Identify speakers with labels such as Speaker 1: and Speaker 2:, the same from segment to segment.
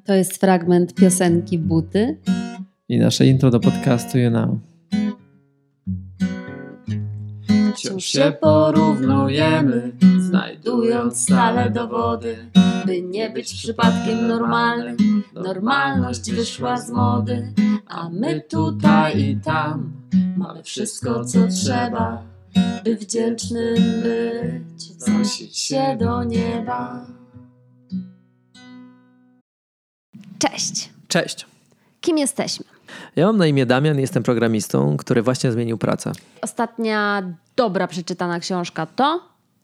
Speaker 1: To jest fragment piosenki Buty
Speaker 2: i nasze intro do podcastu You Know.
Speaker 3: Wciąż się porównujemy, znajdując stale dowody, by nie być przypadkiem normalnym. Normalność wyszła z mody, a my tutaj i tam mamy wszystko, co trzeba, by wdzięcznym być, wznosić się do nieba.
Speaker 1: Cześć!
Speaker 2: Cześć!
Speaker 1: Kim jesteśmy?
Speaker 2: Ja mam na imię Damian, jestem programistą, który właśnie zmienił pracę.
Speaker 1: Ostatnia dobra przeczytana książka to?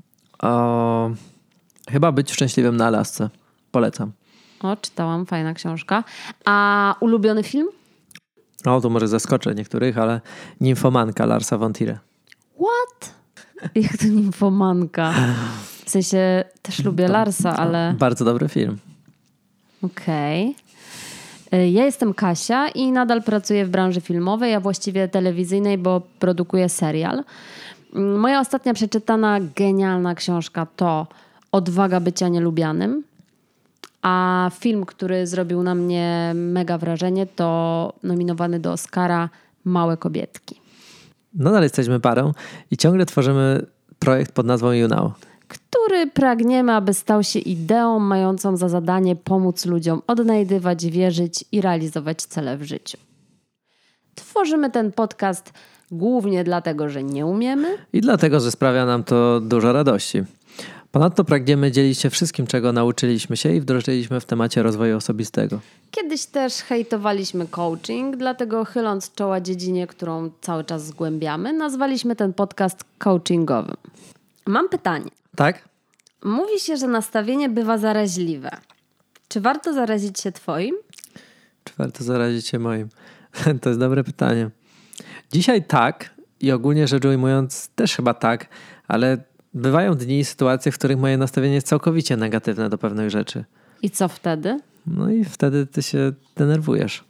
Speaker 2: Chyba Być szczęśliwym na Alasce. Polecam.
Speaker 1: O, czytałam, fajna książka. A ulubiony film?
Speaker 2: To może zaskoczę niektórych, ale Nimfomanka Larsa von Triera.
Speaker 1: What? Jak to Nimfomanka? W sensie też lubię Larsa, ale...
Speaker 2: Bardzo dobry film.
Speaker 1: Okej. Ja jestem Kasia i nadal pracuję w branży filmowej, a właściwie telewizyjnej, bo produkuję serial. Moja ostatnia przeczytana genialna książka to Odwaga bycia nielubianym, a film, który zrobił na mnie mega wrażenie, to nominowany do Oscara Małe kobietki.
Speaker 2: Nadal jesteśmy parą i ciągle tworzymy projekt pod nazwą You Know,
Speaker 1: który pragniemy, aby stał się ideą mającą za zadanie pomóc ludziom odnajdywać, wierzyć i realizować cele w życiu. Tworzymy ten podcast głównie dlatego, że nie umiemy
Speaker 2: i dlatego, że sprawia nam to dużo radości. Ponadto pragniemy dzielić się wszystkim, czego nauczyliśmy się i wdrożyliśmy w temacie rozwoju osobistego.
Speaker 1: Kiedyś też hejtowaliśmy coaching, dlatego chyląc czoła dziedzinie, którą cały czas zgłębiamy, nazwaliśmy ten podcast coachingowym. Mam pytanie.
Speaker 2: Tak?
Speaker 1: Mówi się, że nastawienie bywa zaraźliwe. Czy warto zarazić się twoim?
Speaker 2: Czy warto zarazić się moim? To jest dobre pytanie. Dzisiaj tak i ogólnie rzecz ujmując też chyba tak, ale bywają dni i sytuacje, w których moje nastawienie jest całkowicie negatywne do pewnych rzeczy.
Speaker 1: I co wtedy?
Speaker 2: No i wtedy ty się denerwujesz.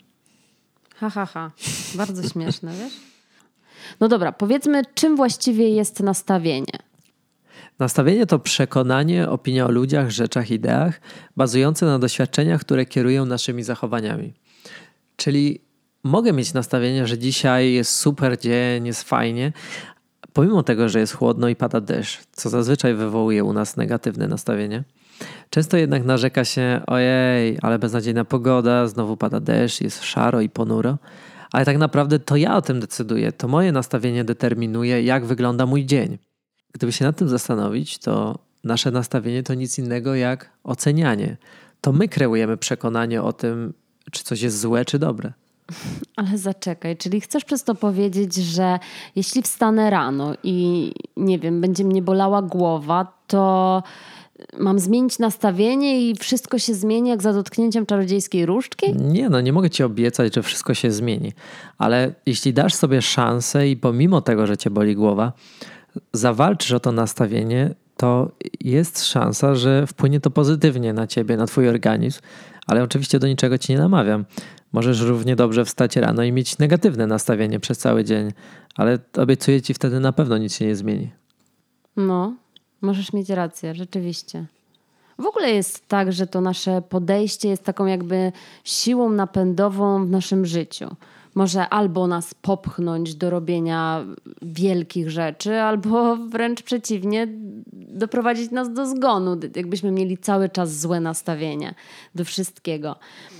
Speaker 1: Bardzo śmieszne, wiesz? No dobra, powiedzmy, czym właściwie jest nastawienie?
Speaker 2: Nastawienie to przekonanie, opinia o ludziach, rzeczach, ideach, bazujące na doświadczeniach, które kierują naszymi zachowaniami. Czyli mogę mieć nastawienie, że dzisiaj jest super dzień, jest fajnie, pomimo tego, że jest chłodno i pada deszcz, co zazwyczaj wywołuje u nas negatywne nastawienie. Często jednak narzeka się, ojej, ale beznadziejna pogoda, znowu pada deszcz, jest szaro i ponuro, ale tak naprawdę to ja o tym decyduję, to moje nastawienie determinuje, jak wygląda mój dzień. Gdyby się nad tym zastanowić, to nasze nastawienie to nic innego jak ocenianie. To my kreujemy przekonanie o tym, czy coś jest złe, czy dobre.
Speaker 1: Ale zaczekaj, czyli chcesz przez to powiedzieć, że jeśli wstanę rano i nie wiem, będzie mnie bolała głowa, to mam zmienić nastawienie i wszystko się zmieni jak za dotknięciem czarodziejskiej różdżki?
Speaker 2: Nie mogę ci obiecać, że wszystko się zmieni. Ale jeśli dasz sobie szansę i pomimo tego, że cię boli głowa, zawalczysz o to nastawienie, to jest szansa, że wpłynie to pozytywnie na ciebie, na twój organizm, ale oczywiście do niczego ci nie namawiam. Możesz równie dobrze wstać rano i mieć negatywne nastawienie przez cały dzień, ale obiecuję ci, wtedy na pewno nic się nie zmieni.
Speaker 1: No, możesz mieć rację, rzeczywiście. W ogóle jest tak, że to nasze podejście jest taką jakby siłą napędową w naszym życiu. Może albo nas popchnąć do robienia wielkich rzeczy, albo wręcz przeciwnie, doprowadzić nas do zgonu, jakbyśmy mieli cały czas złe nastawienie do wszystkiego.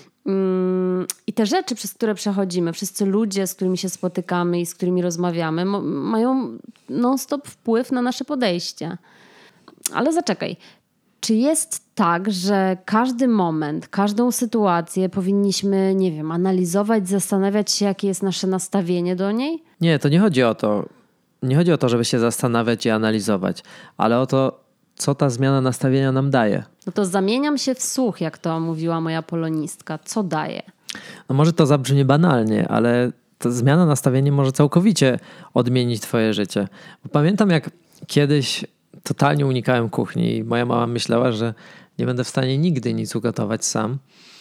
Speaker 1: I te rzeczy, przez które przechodzimy, wszyscy ludzie, z którymi się spotykamy i z którymi rozmawiamy, mają non-stop wpływ na nasze podejście. Ale zaczekaj. Czy jest tak, że każdy moment, każdą sytuację powinniśmy, nie wiem, analizować, zastanawiać się, jakie jest nasze nastawienie do niej?
Speaker 2: Nie, to nie chodzi o to. Nie chodzi o to, żeby się zastanawiać i analizować, ale o to, co ta zmiana nastawienia nam daje.
Speaker 1: No to zamieniam się w słuch, jak to mówiła moja polonistka. Co daje?
Speaker 2: No może to zabrzmi banalnie, ale ta zmiana nastawienia może całkowicie odmienić twoje życie. Bo pamiętam, jak kiedyś totalnie unikałem kuchni i moja mama myślała, że nie będę w stanie nigdy nic ugotować sam.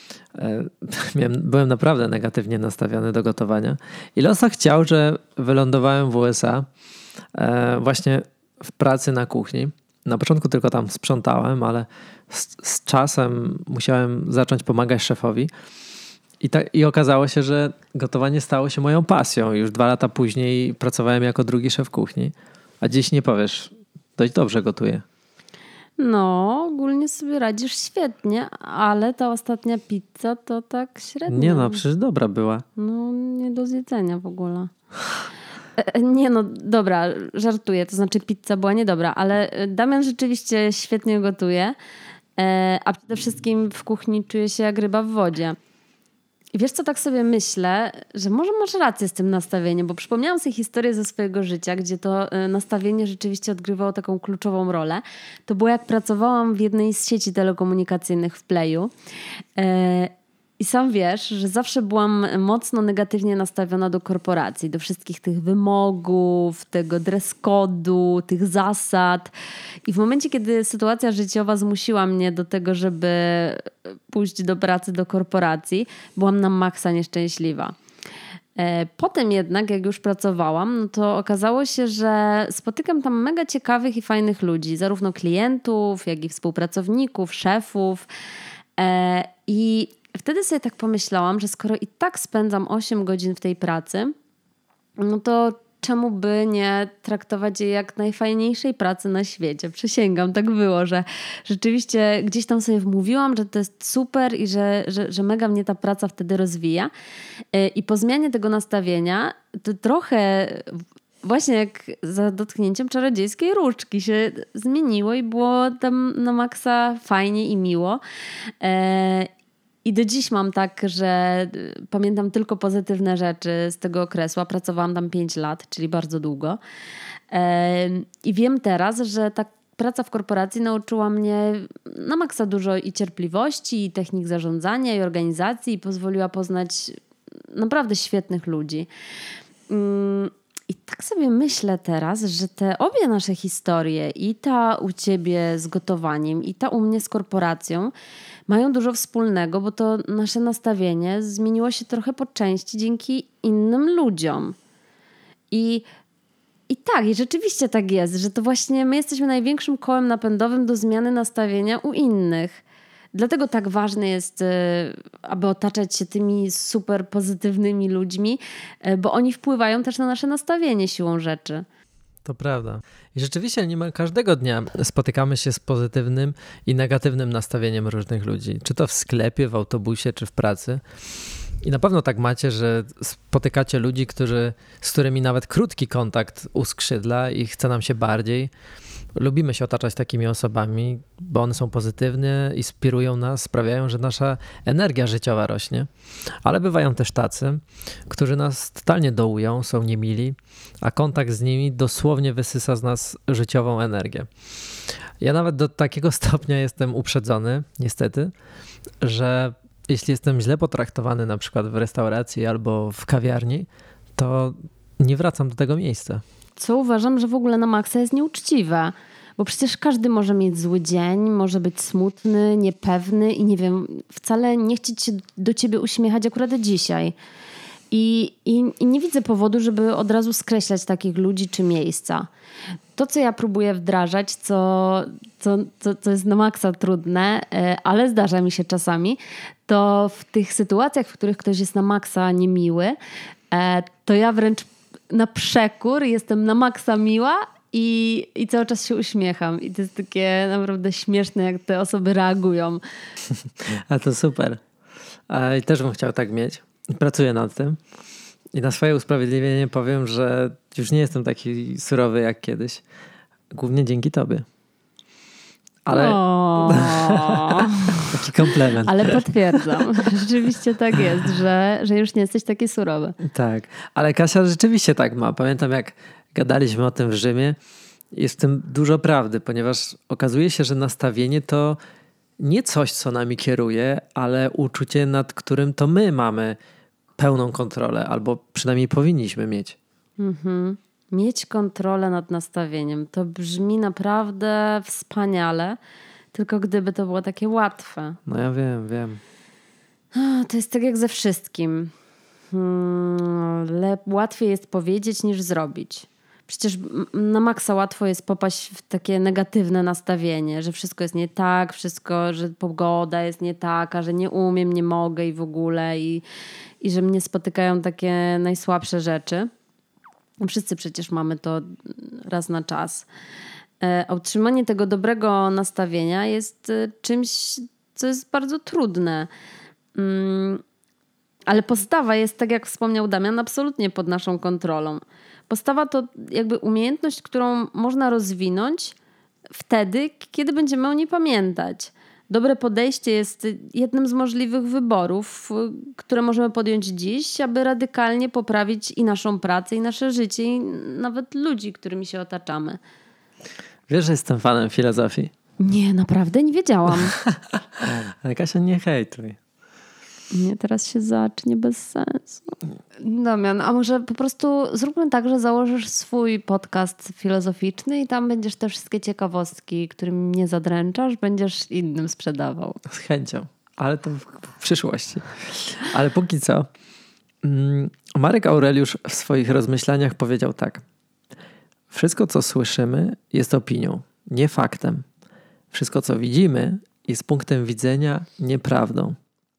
Speaker 2: Byłem naprawdę negatywnie nastawiony do gotowania. I los chciał, że wylądowałem w USA właśnie w pracy na kuchni. Na początku tylko tam sprzątałem, ale z czasem musiałem zacząć pomagać szefowi. I okazało się, że gotowanie stało się moją pasją. Już 2 lata później pracowałem jako drugi szef kuchni. A dziś nie powiesz, dość dobrze gotuję.
Speaker 1: No, ogólnie sobie radzisz świetnie, ale ta ostatnia pizza to tak średnio.
Speaker 2: Nie no, przecież dobra była.
Speaker 1: No, nie do zjedzenia w ogóle. Nie no, dobra, żartuję. To znaczy pizza była niedobra, ale Damian rzeczywiście świetnie gotuje, a przede wszystkim w kuchni czuje się jak ryba w wodzie. I wiesz co, tak sobie myślę, że może masz rację z tym nastawieniem, bo przypomniałam sobie historię ze swojego życia, gdzie to nastawienie rzeczywiście odgrywało taką kluczową rolę. To było jak pracowałam w jednej z sieci telekomunikacyjnych w Playu. I sam wiesz, że zawsze byłam mocno negatywnie nastawiona do korporacji, do wszystkich tych wymogów, tego dress code'u, tych zasad. I w momencie, kiedy sytuacja życiowa zmusiła mnie do tego, żeby pójść do pracy do korporacji, byłam na maksa nieszczęśliwa. Potem jednak, jak już pracowałam, no to okazało się, że spotykam tam mega ciekawych i fajnych ludzi, zarówno klientów, jak i współpracowników, szefów. I wtedy sobie tak pomyślałam, że skoro i tak spędzam 8 godzin w tej pracy, no to czemu by nie traktować jej jak najfajniejszej pracy na świecie? Przysięgam, tak było, że rzeczywiście gdzieś tam sobie wmówiłam, że to jest super i że mega mnie ta praca wtedy rozwija. I po zmianie tego nastawienia to trochę właśnie jak za dotknięciem czarodziejskiej różdżki się zmieniło i było tam na maksa fajnie i miło. I do dziś mam tak, że pamiętam tylko pozytywne rzeczy z tego okresu, a pracowałam tam 5 lat, czyli bardzo długo. I wiem teraz, że ta praca w korporacji nauczyła mnie na maksa dużo i cierpliwości, i technik zarządzania, i organizacji, i pozwoliła poznać naprawdę świetnych ludzi. I tak sobie myślę teraz, że te obie nasze historie, i ta u ciebie z gotowaniem, i ta u mnie z korporacją, mają dużo wspólnego, bo to nasze nastawienie zmieniło się trochę po części dzięki innym ludziom. I tak, i rzeczywiście tak jest, że to właśnie my jesteśmy największym kołem napędowym do zmiany nastawienia u innych. Dlatego tak ważne jest, aby otaczać się tymi super pozytywnymi ludźmi, bo oni wpływają też na nasze nastawienie siłą rzeczy.
Speaker 2: To prawda. I rzeczywiście niemal każdego dnia spotykamy się z pozytywnym i negatywnym nastawieniem różnych ludzi. Czy to w sklepie, w autobusie, czy w pracy. I na pewno tak macie, że spotykacie ludzi, z którymi nawet krótki kontakt uskrzydla i chce nam się bardziej. Lubimy się otaczać takimi osobami, bo one są pozytywne, inspirują nas, sprawiają, że nasza energia życiowa rośnie. Ale bywają też tacy, którzy nas totalnie dołują, są niemili, a kontakt z nimi dosłownie wysysa z nas życiową energię. Ja nawet do takiego stopnia jestem uprzedzony, niestety, że jeśli jestem źle potraktowany na przykład w restauracji albo w kawiarni, to nie wracam do tego miejsca.
Speaker 1: Co uważam, że w ogóle na maksa jest nieuczciwe. Bo przecież każdy może mieć zły dzień, może być smutny, niepewny i nie wiem, wcale nie chcieć się do ciebie uśmiechać akurat dzisiaj. I nie widzę powodu, żeby od razu skreślać takich ludzi czy miejsca. To, co ja próbuję wdrażać, co jest na maksa trudne, ale zdarza mi się czasami, to w tych sytuacjach, w których ktoś jest na maksa niemiły, to ja wręcz na przekór jestem na maksa miła i cały czas się uśmiecham. I to jest takie naprawdę śmieszne, jak te osoby reagują.
Speaker 2: A to super. I też bym chciał tak mieć. Pracuję nad tym. I na swoje usprawiedliwienie powiem, że już nie jestem taki surowy jak kiedyś. Głównie dzięki tobie. Ale taki komplement.
Speaker 1: Ale potwierdzam. Rzeczywiście tak jest, że już nie jesteś taki surowy.
Speaker 2: Tak. Ale Kasia rzeczywiście tak ma. Pamiętam, jak gadaliśmy o tym w Rzymie. Jest w tym dużo prawdy, ponieważ okazuje się, że nastawienie to nie coś, co nami kieruje, ale uczucie, nad którym to my mamy pełną kontrolę, albo przynajmniej powinniśmy mieć.
Speaker 1: Mieć kontrolę nad nastawieniem. To brzmi naprawdę wspaniale, tylko gdyby to było takie łatwe.
Speaker 2: No ja wiem.
Speaker 1: To jest tak jak ze wszystkim. Łatwiej jest powiedzieć niż zrobić. Przecież na maksa łatwo jest popaść w takie negatywne nastawienie, że wszystko jest nie tak, że pogoda jest nie taka, że nie umiem, nie mogę i w ogóle i że mnie spotykają takie najsłabsze rzeczy. Wszyscy przecież mamy to raz na czas. A utrzymanie tego dobrego nastawienia jest czymś, co jest bardzo trudne. Ale postawa jest, tak jak wspomniał Damian, absolutnie pod naszą kontrolą. Postawa to jakby umiejętność, którą można rozwinąć wtedy, kiedy będziemy o niej pamiętać. Dobre podejście jest jednym z możliwych wyborów, które możemy podjąć dziś, aby radykalnie poprawić i naszą pracę, i nasze życie, i nawet ludzi, którymi się otaczamy.
Speaker 2: Wiesz, że jestem fanem filozofii?
Speaker 1: Nie, naprawdę nie wiedziałam.
Speaker 2: Ale Kasia, nie hejtuj.
Speaker 1: Nie, teraz się zacznie bez sensu. Damian, a może po prostu zróbmy tak, że założysz swój podcast filozoficzny i tam będziesz te wszystkie ciekawostki, którymi mnie zadręczasz, będziesz innym sprzedawał.
Speaker 2: Z chęcią, ale to w przyszłości. Ale póki co, Marek Aureliusz w swoich rozmyślaniach powiedział tak. Wszystko, co słyszymy, jest opinią, nie faktem. Wszystko, co widzimy, jest punktem widzenia, nie prawdą.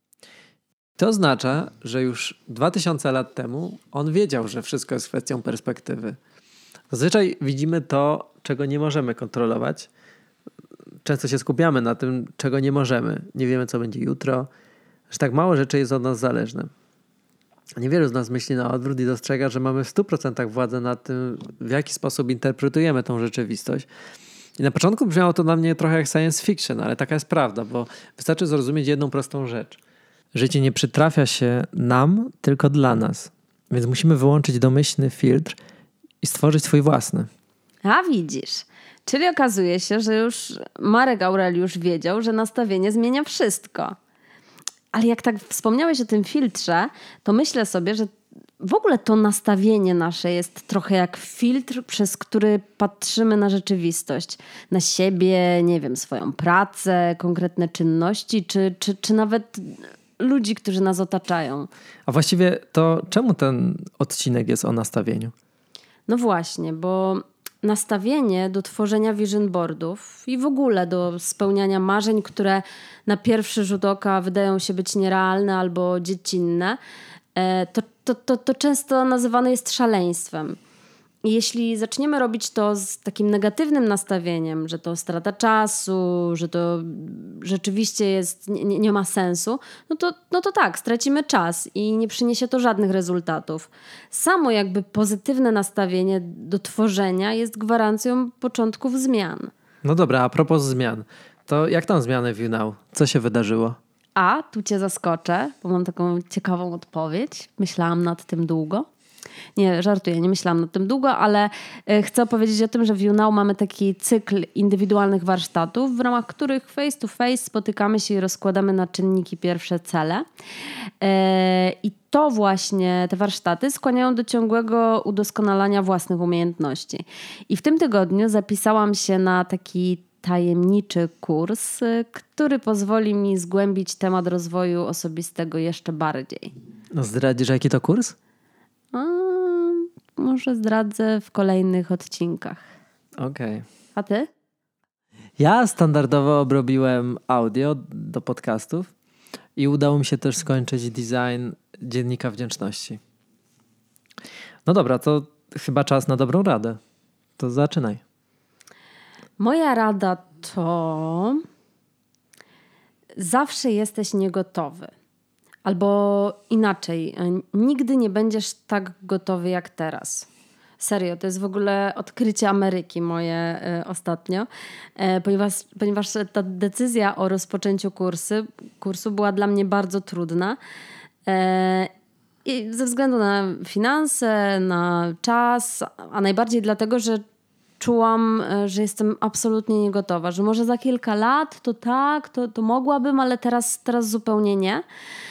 Speaker 2: To oznacza, że już 2000 lat temu on wiedział, że wszystko jest kwestią perspektywy. Zazwyczaj widzimy to, czego nie możemy kontrolować. Często się skupiamy na tym, czego nie możemy. Nie wiemy, co będzie jutro, że tak mało rzeczy jest od nas zależne. Niewielu z nas myśli na odwrót i dostrzega, że mamy w 100% władzę nad tym, w jaki sposób interpretujemy tą rzeczywistość. I na początku brzmiało to dla mnie trochę jak science fiction, ale taka jest prawda, bo wystarczy zrozumieć jedną prostą rzecz. Życie nie przytrafia się nam, tylko dla nas. Więc musimy wyłączyć domyślny filtr i stworzyć swój własny.
Speaker 1: A widzisz. Czyli okazuje się, że już Marek Aureliusz wiedział, że nastawienie zmienia wszystko. Ale jak tak wspomniałeś o tym filtrze, to myślę sobie, że w ogóle to nastawienie nasze jest trochę jak filtr, przez który patrzymy na rzeczywistość. Na siebie, nie wiem, swoją pracę, konkretne czynności, czy nawet ludzi, którzy nas otaczają.
Speaker 2: A właściwie to czemu ten odcinek jest o nastawieniu?
Speaker 1: No właśnie, bo nastawienie do tworzenia vision boardów i w ogóle do spełniania marzeń, które na pierwszy rzut oka wydają się być nierealne albo dziecinne, to często nazywane jest szaleństwem. I jeśli zaczniemy robić to z takim negatywnym nastawieniem, że to strata czasu, że to rzeczywiście jest, nie ma sensu, no to tak, stracimy czas i nie przyniesie to żadnych rezultatów. Samo jakby pozytywne nastawienie do tworzenia jest gwarancją początków zmian.
Speaker 2: No dobra, a propos zmian, to jak tam zmiany w YouNow? Co się wydarzyło?
Speaker 1: A, tu cię zaskoczę, bo mam taką ciekawą odpowiedź. Myślałam nad tym długo. Nie, żartuję, nie myślałam nad tym długo, ale chcę opowiedzieć o tym, że w YouNow mamy taki cykl indywidualnych warsztatów, w ramach których face to face spotykamy się i rozkładamy na czynniki pierwsze cele. I to właśnie te warsztaty skłaniają do ciągłego udoskonalania własnych umiejętności. I w tym tygodniu zapisałam się na taki tajemniczy kurs, który pozwoli mi zgłębić temat rozwoju osobistego jeszcze bardziej.
Speaker 2: No zdradzisz, jaki to kurs?
Speaker 1: Może zdradzę w kolejnych odcinkach.
Speaker 2: Okej.
Speaker 1: A ty?
Speaker 2: Ja standardowo obrobiłem audio do podcastów i udało mi się też skończyć design dziennika wdzięczności. No dobra, to chyba czas na dobrą radę. To zaczynaj.
Speaker 1: Moja rada to zawsze jesteś niegotowy. Albo inaczej, nigdy nie będziesz tak gotowy jak teraz. Serio, to jest w ogóle odkrycie Ameryki moje ostatnio, ponieważ ta decyzja o rozpoczęciu kursu była dla mnie bardzo trudna. I ze względu na finanse, na czas, a najbardziej dlatego, że czułam, że jestem absolutnie niegotowa, że może za kilka lat to tak, to mogłabym, ale teraz zupełnie nie.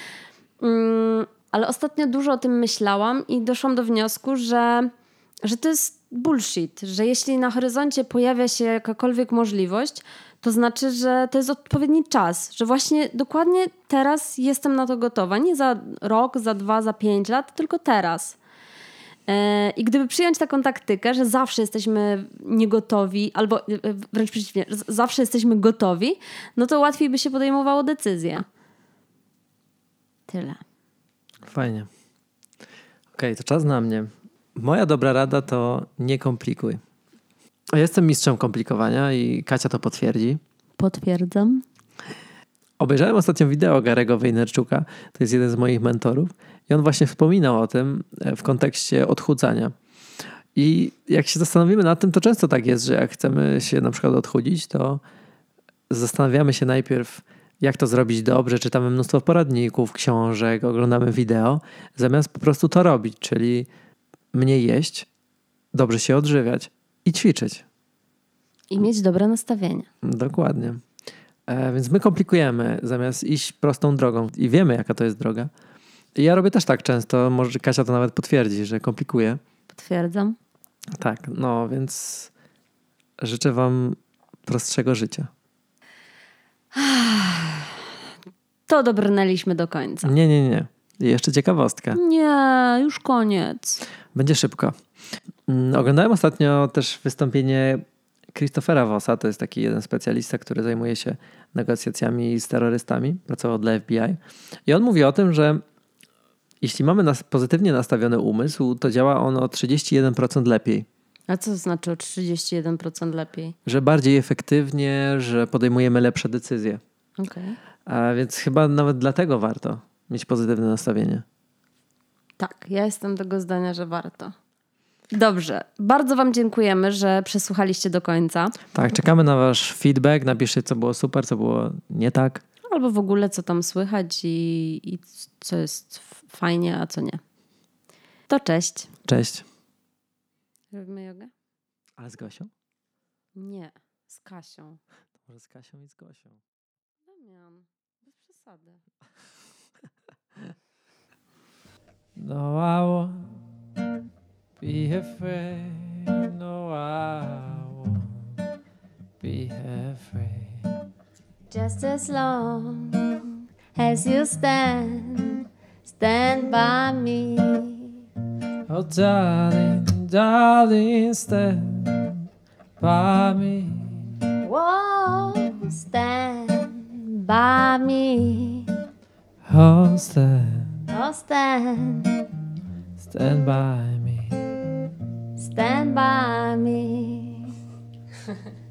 Speaker 1: Ale ostatnio dużo o tym myślałam i doszłam do wniosku, że to jest bullshit, że jeśli na horyzoncie pojawia się jakakolwiek możliwość, to znaczy, że to jest odpowiedni czas, że właśnie dokładnie teraz jestem na to gotowa. Nie za rok, za 2, za 5 lat, tylko teraz. I gdyby przyjąć taką taktykę, że zawsze jesteśmy niegotowi, albo wręcz przeciwnie, zawsze jesteśmy gotowi, no to łatwiej by się podejmowało decyzję. Tyle.
Speaker 2: Fajnie. Okej, to czas na mnie. Moja dobra rada to nie komplikuj. Jestem mistrzem komplikowania i Kasia to potwierdzi.
Speaker 1: Potwierdzam.
Speaker 2: Obejrzałem ostatnio wideo Gary'ego Vaynerchuka, to jest jeden z moich mentorów i on właśnie wspominał o tym w kontekście odchudzania. I jak się zastanowimy nad tym, to często tak jest, że jak chcemy się na przykład odchudzić, to zastanawiamy się najpierw, jak to zrobić dobrze, czytamy mnóstwo poradników, książek, oglądamy wideo, zamiast po prostu to robić, czyli mniej jeść, dobrze się odżywiać i ćwiczyć.
Speaker 1: I mieć dobre nastawienie.
Speaker 2: Dokładnie. Więc my komplikujemy, zamiast iść prostą drogą i wiemy, jaka to jest droga. I ja robię też tak często, może Kasia to nawet potwierdzi, że komplikuję.
Speaker 1: Potwierdzam.
Speaker 2: Tak, no więc życzę wam prostszego życia.
Speaker 1: To dobrnęliśmy do końca.
Speaker 2: Nie. Jeszcze ciekawostka.
Speaker 1: Nie, już koniec.
Speaker 2: Będzie szybko. Oglądałem ostatnio też wystąpienie Christophera Vossa, to jest taki jeden specjalista, który zajmuje się negocjacjami z terrorystami, pracował dla FBI. I on mówi o tym, że jeśli mamy pozytywnie nastawiony umysł, to działa on o 31% lepiej.
Speaker 1: A co to znaczy o 31% lepiej?
Speaker 2: Że bardziej efektywnie, że podejmujemy lepsze decyzje.
Speaker 1: Okej.
Speaker 2: A więc chyba nawet dlatego warto mieć pozytywne nastawienie.
Speaker 1: Tak, ja jestem tego zdania, że warto. Dobrze, bardzo wam dziękujemy, że przesłuchaliście do końca.
Speaker 2: Tak, czekamy na wasz feedback, napiszcie co było super, co było nie tak.
Speaker 1: Albo w ogóle co tam słychać i co jest fajnie, a co nie. To cześć.
Speaker 2: Cześć.
Speaker 1: Robimy jogę?
Speaker 2: Ale z Gosią?
Speaker 1: Nie, z Kasią.
Speaker 2: Może z Kasią i z Gosią.
Speaker 1: Damian, bez przesady.
Speaker 2: No, I won't be afraid. No, I won't be afraid.
Speaker 3: Just as long as you stand by me.
Speaker 2: Oh, darling, darling, stand by me.
Speaker 3: Whoa, stand by me.
Speaker 2: Oh, stand
Speaker 3: Oh, stand
Speaker 2: by me.
Speaker 3: by me.